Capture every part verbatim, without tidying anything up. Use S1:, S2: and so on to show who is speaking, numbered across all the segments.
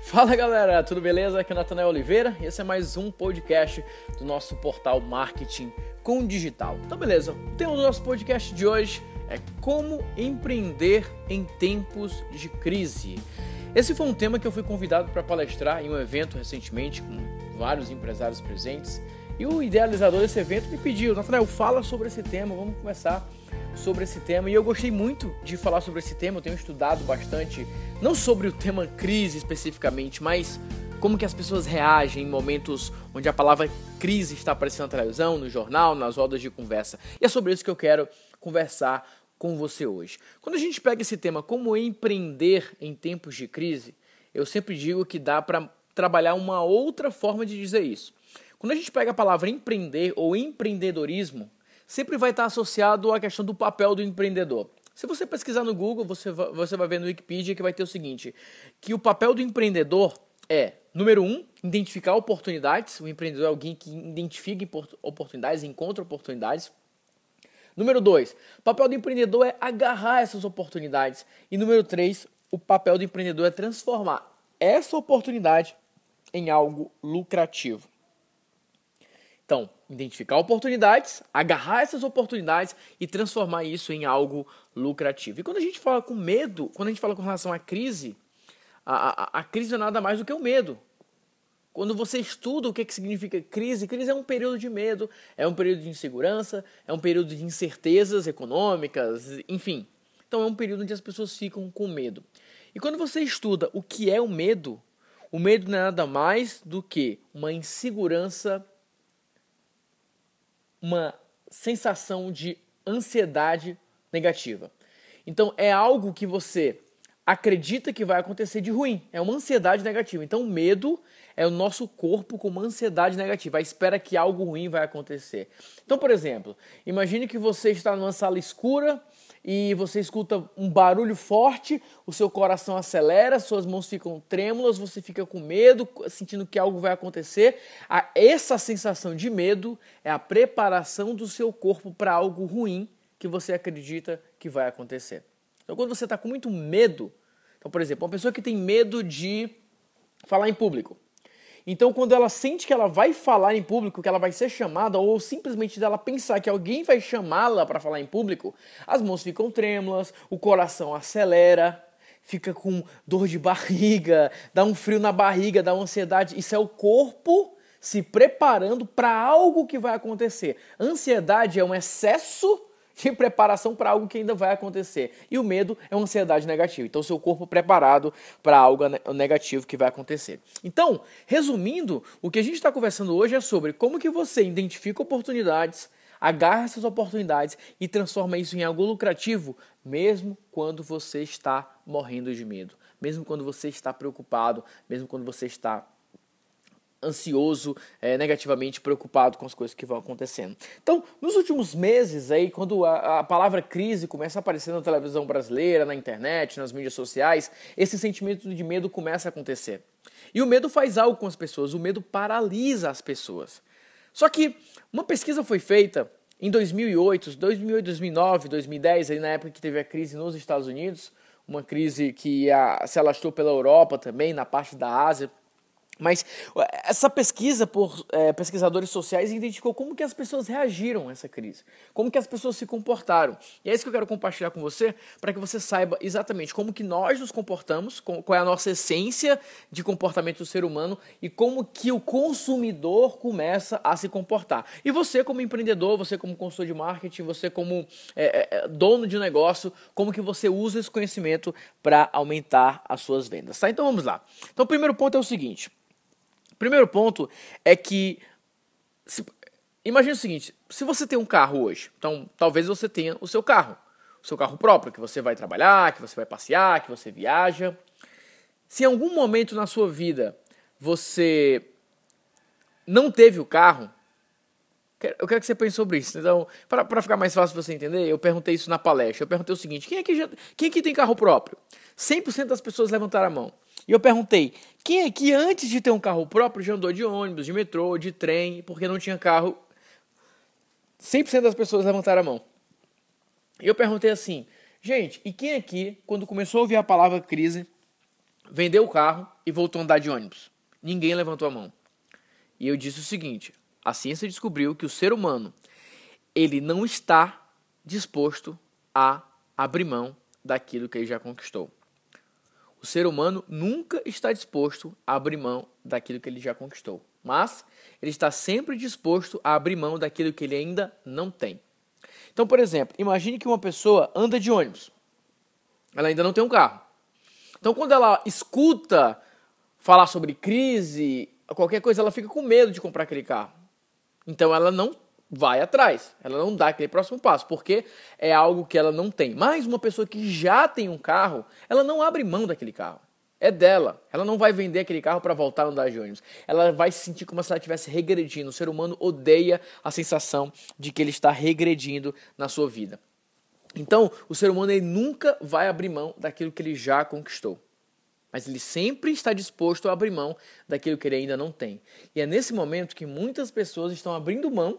S1: Fala galera, tudo beleza? Aqui é o Natanael Oliveira e esse é mais um podcast do nosso portal Marketing com Digital. Então beleza, o tema do nosso podcast de hoje é como empreender em tempos de crise. Esse foi um tema que eu fui convidado para palestrar em um evento recentemente com vários empresários presentes e o idealizador desse evento me pediu: Natanael, fala sobre esse tema, vamos conversar sobre esse tema. E eu gostei muito de falar sobre esse tema, eu tenho estudado bastante, não sobre o tema crise especificamente, mas como que as pessoas reagem em momentos onde a palavra crise está aparecendo na televisão, no jornal, nas rodas de conversa. E é sobre isso que eu quero conversar com você hoje. Quando a gente pega esse tema, como empreender em tempos de crise, eu sempre digo que dá para trabalhar uma outra forma de dizer isso. Quando a gente pega a palavra empreender ou empreendedorismo, sempre vai estar associado à questão do papel do empreendedor. Se você pesquisar no Google, você vai, você vai ver no Wikipedia que vai ter o seguinte, que o papel do empreendedor é, número um, identificar oportunidades. O empreendedor é alguém que identifica oportunidades, encontra oportunidades. Número dois, o papel do empreendedor é agarrar essas oportunidades. E número três, o papel do empreendedor é transformar essa oportunidade em algo lucrativo. Então, identificar oportunidades, agarrar essas oportunidades e transformar isso em algo lucrativo. E quando a gente fala com medo, quando a gente fala com relação à crise, a, a, a crise não é nada mais do que o medo. Quando você estuda o que, que significa crise, crise é um período de medo, é um período de insegurança, é um período de incertezas econômicas, enfim. Então é um período onde as pessoas ficam com medo. E quando você estuda o que é o medo, o medo não é nada mais do que uma insegurança, uma sensação de ansiedade negativa. Então é algo que você acredita que vai acontecer de ruim, é uma ansiedade negativa. Então o medo é o nosso corpo com uma ansiedade negativa, a espera que algo ruim vai acontecer. Então, por exemplo, imagine que você está numa sala escura e você escuta um barulho forte, o seu coração acelera, suas mãos ficam trêmulas, você fica com medo, sentindo que algo vai acontecer. Essa sensação de medo é a preparação do seu corpo para algo ruim que você acredita que vai acontecer. Então, quando você está com muito medo, então, por exemplo, uma pessoa que tem medo de falar em público. Então, quando ela sente que ela vai falar em público, que ela vai ser chamada, ou simplesmente dela pensar que alguém vai chamá-la para falar em público, as mãos ficam trêmulas, o coração acelera, fica com dor de barriga, dá um frio na barriga, dá uma ansiedade. Isso é o corpo se preparando para algo que vai acontecer. Ansiedade é um excesso de preparação para algo que ainda vai acontecer. E o medo é uma ansiedade negativa. Então, seu corpo preparado para algo negativo que vai acontecer. Então, resumindo, o que a gente está conversando hoje é sobre como que você identifica oportunidades, agarra essas oportunidades e transforma isso em algo lucrativo, mesmo quando você está morrendo de medo, mesmo quando você está preocupado, mesmo quando você está ansioso, é, negativamente preocupado com as coisas que vão acontecendo. Então, nos últimos meses, aí, quando a, a palavra crise começa a aparecer na televisão brasileira, na internet, nas mídias sociais, esse sentimento de medo começa a acontecer. E o medo faz algo com as pessoas, o medo paralisa as pessoas. Só que uma pesquisa foi feita em dois mil e oito, dois mil e oito, dois mil e nove, dois mil e dez, aí na época que teve a crise nos Estados Unidos, uma crise que a, se alastrou pela Europa também, na parte da Ásia. Mas essa pesquisa por é, pesquisadores sociais identificou como que as pessoas reagiram a essa crise, como que as pessoas se comportaram. E é isso que eu quero compartilhar com você, para que você saiba exatamente como que nós nos comportamos, qual é a nossa essência de comportamento do ser humano e como que o consumidor começa a se comportar. E você como empreendedor, você como consultor de marketing, você como é, é, dono de um negócio, como que você usa esse conhecimento para aumentar as suas vendas. Tá? Então vamos lá. Então o primeiro ponto é o seguinte. O primeiro ponto é que, se, imagine o seguinte, se você tem um carro hoje, então talvez você tenha o seu carro, o seu carro próprio, que você vai trabalhar, que você vai passear, que você viaja. Se em algum momento na sua vida você não teve o carro, eu quero que você pense sobre isso. Então, para ficar mais fácil você entender, eu perguntei isso na palestra. Eu perguntei o seguinte, quem aqui, já, quem aqui tem carro próprio? cem por cento das pessoas levantaram a mão. E eu perguntei, quem aqui antes de ter um carro próprio já andou de ônibus, de metrô, de trem, porque não tinha carro? cem por cento das pessoas levantaram a mão. E eu perguntei assim, gente, e quem aqui, quando começou a ouvir a palavra crise, vendeu o carro e voltou a andar de ônibus. Ninguém levantou a mão. E eu disse o seguinte: a ciência descobriu que o ser humano, ele não está disposto a abrir mão daquilo que ele já conquistou. O ser humano nunca está disposto a abrir mão daquilo que ele já conquistou, mas ele está sempre disposto a abrir mão daquilo que ele ainda não tem. Então, por exemplo, imagine que uma pessoa anda de ônibus. Ela ainda não tem um carro. Então, quando ela escuta falar sobre crise, qualquer coisa, ela fica com medo de comprar aquele carro. Então, ela não vai atrás, ela não dá aquele próximo passo, porque é algo que ela não tem. Mas uma pessoa que já tem um carro, ela não abre mão daquele carro. É dela. Ela não vai vender aquele carro para voltar a andar de ônibus. Ela vai se sentir como se ela estivesse regredindo. O ser humano odeia a sensação de que ele está regredindo na sua vida. Então, o ser humano ele nunca vai abrir mão daquilo que ele já conquistou. Mas ele sempre está disposto a abrir mão daquilo que ele ainda não tem. E é nesse momento que muitas pessoas estão abrindo mão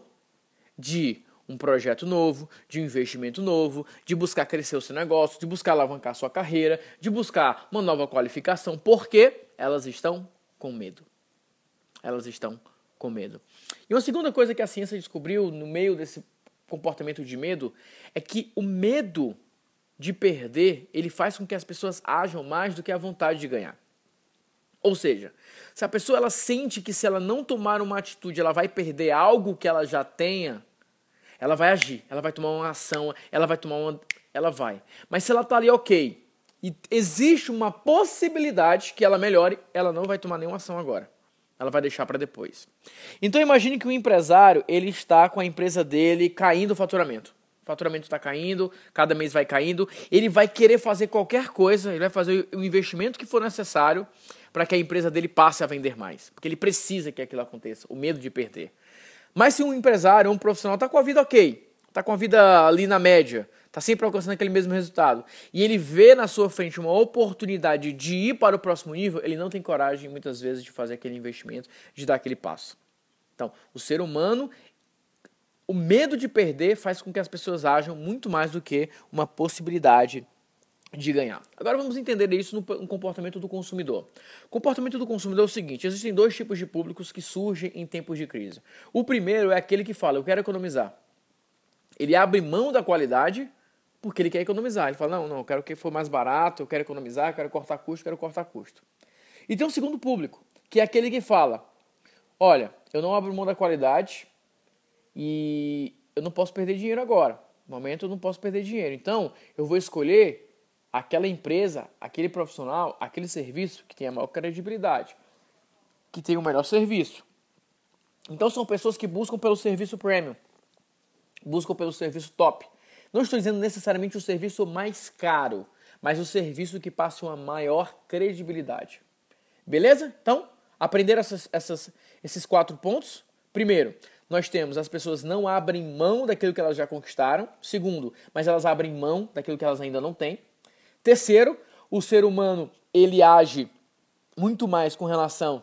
S1: de um projeto novo, de um investimento novo, de buscar crescer o seu negócio, de buscar alavancar a sua carreira, de buscar uma nova qualificação, porque elas estão com medo. Elas estão com medo. E uma segunda coisa que a ciência descobriu no meio desse comportamento de medo é que o medo de perder, ele faz com que as pessoas ajam mais do que a vontade de ganhar. Ou seja, se a pessoa ela sente que se ela não tomar uma atitude, ela vai perder algo que ela já tenha, ela vai agir, ela vai tomar uma ação, ela vai tomar uma... ela vai. Mas se ela tá ali, ok, e existe uma possibilidade que ela melhore, ela não vai tomar nenhuma ação agora. Ela vai deixar para depois. Então imagine que o empresário, ele está com a empresa dele caindo o faturamento. O faturamento está caindo, cada mês vai caindo. Ele vai querer fazer qualquer coisa, ele vai fazer o investimento que for necessário para que a empresa dele passe a vender mais. Porque ele precisa que aquilo aconteça, o medo de perder. Mas se um empresário, um profissional está com a vida ok, está com a vida ali na média, está sempre alcançando aquele mesmo resultado, e ele vê na sua frente uma oportunidade de ir para o próximo nível, ele não tem coragem muitas vezes de fazer aquele investimento, de dar aquele passo. Então, o ser humano, o medo de perder faz com que as pessoas ajam muito mais do que uma possibilidade de ganhar. Agora vamos entender isso no comportamento do consumidor. O comportamento do consumidor é o seguinte: existem dois tipos de públicos que surgem em tempos de crise. O primeiro é aquele que fala, eu quero economizar. Ele abre mão da qualidade porque ele quer economizar. Ele fala, não, não, eu quero que for mais barato, eu quero economizar, eu quero cortar custo, eu quero cortar custo. E tem um segundo público, que é aquele que fala, olha, eu não abro mão da qualidade e eu não posso perder dinheiro agora. No momento eu não posso perder dinheiro. Então, eu vou escolher aquela empresa, aquele profissional, aquele serviço que tem a maior credibilidade, que tem o melhor serviço. Então são pessoas que buscam pelo serviço premium, buscam pelo serviço top. Não estou dizendo necessariamente o serviço mais caro, mas o serviço que passa uma maior credibilidade. Beleza? Então, aprender essas, essas, esses quatro pontos. Primeiro, nós temos as pessoas não abrem mão daquilo que elas já conquistaram. Segundo, mas elas abrem mão daquilo que elas ainda não têm. Terceiro, o ser humano ele age muito mais com relação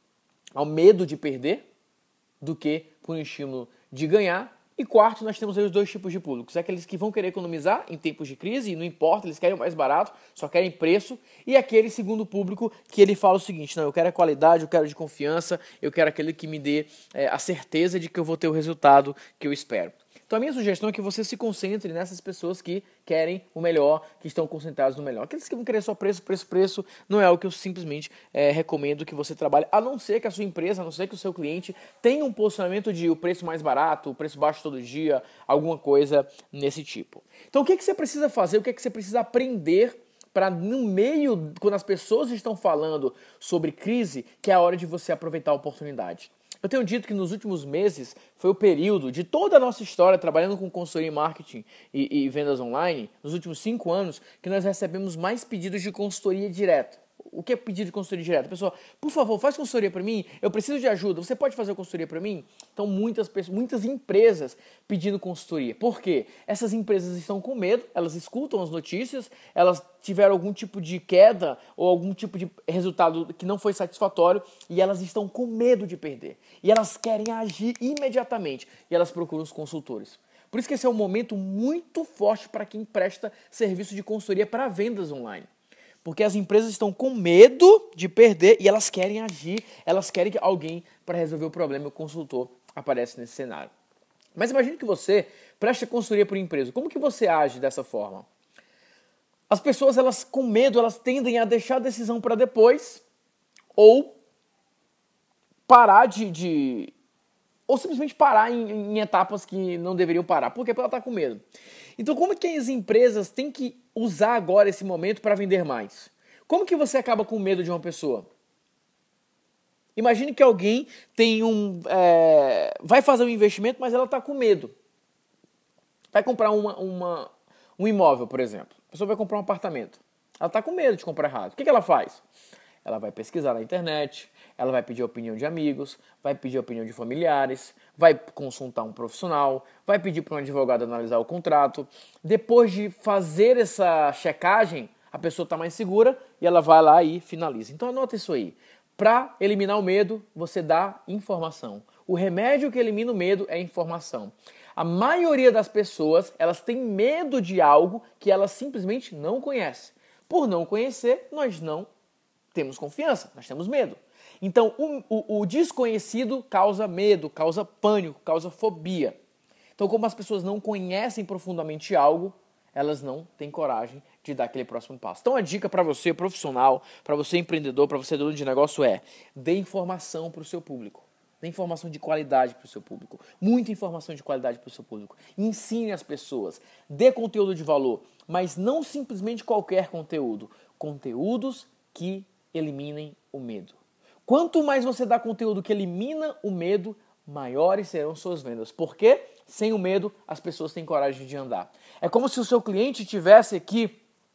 S1: ao medo de perder do que por um estímulo de ganhar. E quarto, nós temos aí os dois tipos de públicos. Aqueles que vão querer economizar em tempos de crise, e não importa, eles querem o mais barato, só querem preço. E aquele segundo público que ele fala o seguinte, não, eu quero a qualidade, eu quero de confiança, eu quero aquele que me dê é, a certeza de que eu vou ter o resultado que eu espero. Então a minha sugestão é que você se concentre nessas pessoas que querem o melhor, que estão concentrados no melhor. Aqueles que vão querer só preço, preço, preço, não é o que eu simplesmente é, recomendo que você trabalhe, a não ser que a sua empresa, a não ser que o seu cliente tenha um posicionamento de o preço mais barato, o preço baixo todo dia, alguma coisa nesse tipo. Então o que, que você precisa fazer, o que, que você precisa aprender para no meio, quando as pessoas estão falando sobre crise, que é a hora de você aproveitar a oportunidade. Eu tenho dito que nos últimos meses foi o período de toda a nossa história trabalhando com consultoria em marketing e, e vendas online, nos últimos cinco anos, que nós recebemos mais pedidos de consultoria direta. O que é pedido de consultoria direta? A pessoa, por favor, faz consultoria para mim, eu preciso de ajuda, você pode fazer consultoria para mim? Então muitas pessoas, muitas empresas pedindo consultoria. Por quê? Essas empresas estão com medo, elas escutam as notícias, elas tiveram algum tipo de queda ou algum tipo de resultado que não foi satisfatório e elas estão com medo de perder. E elas querem agir imediatamente e elas procuram os consultores. Por isso que esse é um momento muito forte para quem presta serviço de consultoria para vendas online. Porque as empresas estão com medo de perder e elas querem agir, elas querem que alguém para resolver o problema, o consultor aparece nesse cenário. Mas imagine que você presta consultoria por empresa. Como que você age dessa forma? As pessoas, elas com medo, elas tendem a deixar a decisão para depois ou parar de, de... ou simplesmente parar em, em etapas que não deveriam parar. Por quê? Porque ela está com medo. Então, como que as empresas têm que usar agora esse momento para vender mais? Como que você acaba com medo de uma pessoa? Imagine que alguém tem um, é, vai fazer um investimento, mas ela está com medo. Vai comprar uma, uma, um imóvel, por exemplo. A pessoa vai comprar um apartamento. Ela está com medo de comprar errado. O que, que ela faz? Ela vai pesquisar na internet, ela vai pedir a opinião de amigos, vai pedir a opinião de familiares, vai consultar um profissional, vai pedir para um advogado analisar o contrato. Depois de fazer essa checagem, a pessoa está mais segura e ela vai lá e finaliza. Então anota isso aí. Para eliminar o medo, você dá informação. O remédio que elimina o medo é informação. A maioria das pessoas, elas têm medo de algo que elas simplesmente não conhecem. Por não conhecer, nós não temos confiança, nós temos medo. Então, o, o, o desconhecido causa medo, causa pânico, causa fobia. Então, como as pessoas não conhecem profundamente algo, elas não têm coragem de dar aquele próximo passo. Então, a dica para você, profissional, para você, empreendedor, para você, dono de negócio é: dê informação para o seu público. Dê informação de qualidade para o seu público. Muita informação de qualidade para o seu público. Ensine as pessoas. Dê conteúdo de valor. Mas não simplesmente qualquer conteúdo. Conteúdos que eliminem o medo. Quanto mais você dá conteúdo que elimina o medo, maiores serão suas vendas. Porque sem o medo, as pessoas têm coragem de andar. É como se o seu cliente tivesse aqui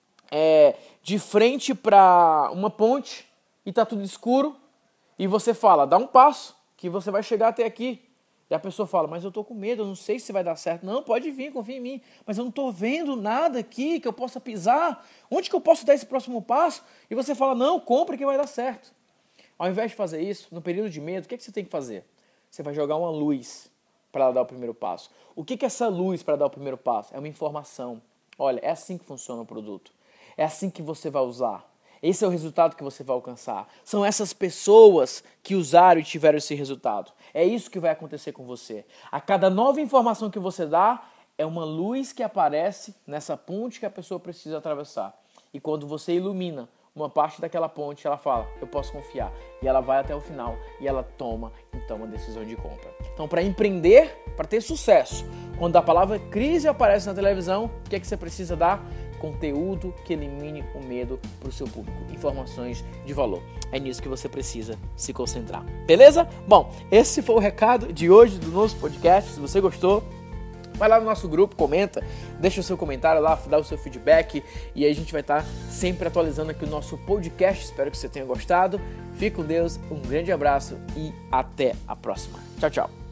S1: é, de frente para uma ponte e está tudo escuro e você fala, dá um passo que você vai chegar até aqui. E a pessoa fala, mas eu estou com medo, eu não sei se vai dar certo. Não, pode vir, confia em mim. Mas eu não estou vendo nada aqui que eu possa pisar. Onde que eu posso dar esse próximo passo? E você fala, não, compre que vai dar certo. Ao invés de fazer isso, no período de medo, o que, que você tem que fazer? Você vai jogar uma luz para ela dar o primeiro passo. O que, que é essa luz para dar o primeiro passo? É uma informação. Olha, é assim que funciona o produto. É assim que você vai usar. Esse é o resultado que você vai alcançar. São essas pessoas que usaram e tiveram esse resultado. É isso que vai acontecer com você. A cada nova informação que você dá, é uma luz que aparece nessa ponte que a pessoa precisa atravessar. E quando você ilumina uma parte daquela ponte, ela fala, eu posso confiar. E ela vai até o final e ela toma, então, uma decisão de compra. Então, para empreender, para ter sucesso, quando a palavra crise aparece na televisão, o que é que você precisa dar? Conteúdo que elimine o medo para o seu público. Informações de valor. É nisso que você precisa se concentrar. Beleza? Bom, esse foi o recado de hoje do nosso podcast. Se você gostou, vai lá no nosso grupo, comenta, deixa o seu comentário lá, dá o seu feedback e aí a gente vai estar sempre atualizando aqui o nosso podcast. Espero que você tenha gostado. Fique com Deus, um grande abraço e até a próxima. Tchau, tchau.